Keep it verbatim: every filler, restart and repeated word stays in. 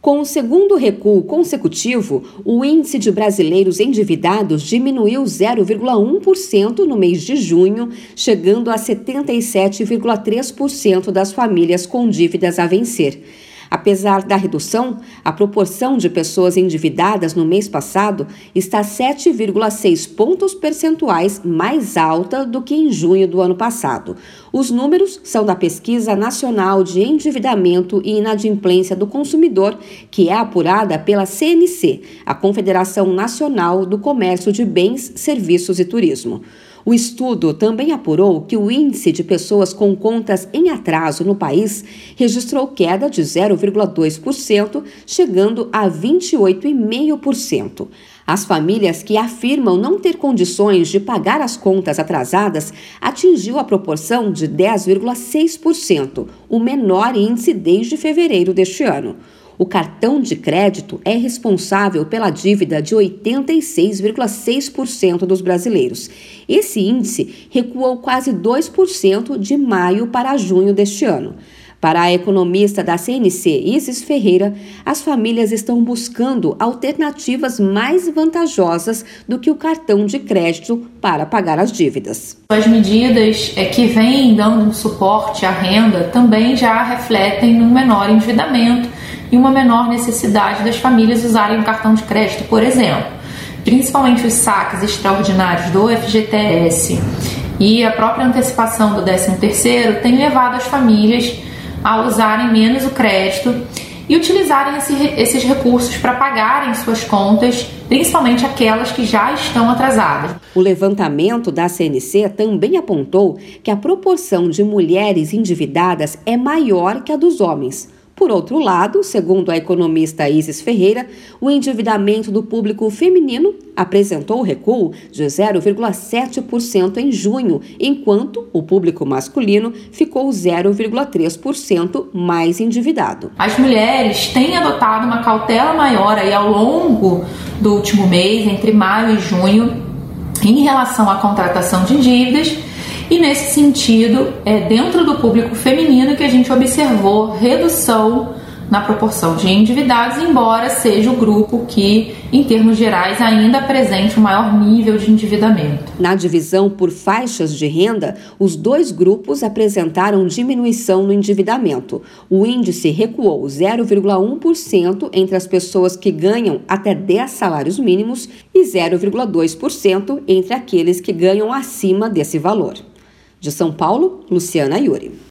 Com o segundo recuo consecutivo, o índice de brasileiros endividados diminuiu zero vírgula um por cento no mês de junho, chegando a setenta e sete vírgula três por cento das famílias com dívidas a vencer. Apesar da redução, a proporção de pessoas endividadas no mês passado está sete vírgula seis pontos percentuais mais alta do que em junho do ano passado. Os números são da Pesquisa Nacional de Endividamento e Inadimplência do Consumidor, que é apurada pela C N C, a Confederação Nacional do Comércio de Bens, Serviços e Turismo. O estudo também apurou que o índice de pessoas com contas em atraso no país registrou queda de zero vírgula dois por cento, chegando a vinte e oito vírgula cinco por cento. As famílias que afirmam não ter condições de pagar as contas atrasadas atingiu a proporção de dez vírgula seis por cento, o menor índice desde fevereiro deste ano. O cartão de crédito é responsável pela dívida de oitenta e seis vírgula seis por cento dos brasileiros. Esse índice recuou quase dois por cento de maio para junho deste ano. Para a economista da C N C, Isis Ferreira, as famílias estão buscando alternativas mais vantajosas do que o cartão de crédito para pagar as dívidas. As medidas que vêm dando suporte à renda também já refletem num menor endividamento e uma menor necessidade das famílias usarem o cartão de crédito, por exemplo. Principalmente os saques extraordinários do F G T S e a própria antecipação do décimo terceiro tem levado as famílias a usarem menos o crédito e utilizarem esse, esses recursos para pagarem suas contas, principalmente aquelas que já estão atrasadas. O levantamento da C N C também apontou que a proporção de mulheres endividadas é maior que a dos homens. Por outro lado, segundo a economista Isis Ferreira, o endividamento do público feminino apresentou recuo de zero vírgula sete por cento em junho, enquanto o público masculino ficou zero vírgula três por cento mais endividado. As mulheres têm adotado uma cautela maior aí ao longo do último mês, entre maio e junho, em relação à contratação de dívidas. E nesse sentido, é dentro do público feminino que a gente observou redução na proporção de endividados, embora seja o grupo que, em termos gerais, ainda apresente o maior nível de endividamento. Na divisão por faixas de renda, os dois grupos apresentaram diminuição no endividamento. O índice recuou zero vírgula um por cento entre as pessoas que ganham até dez salários mínimos e zero vírgula dois por cento entre aqueles que ganham acima desse valor. De São Paulo, Luciana Iuri.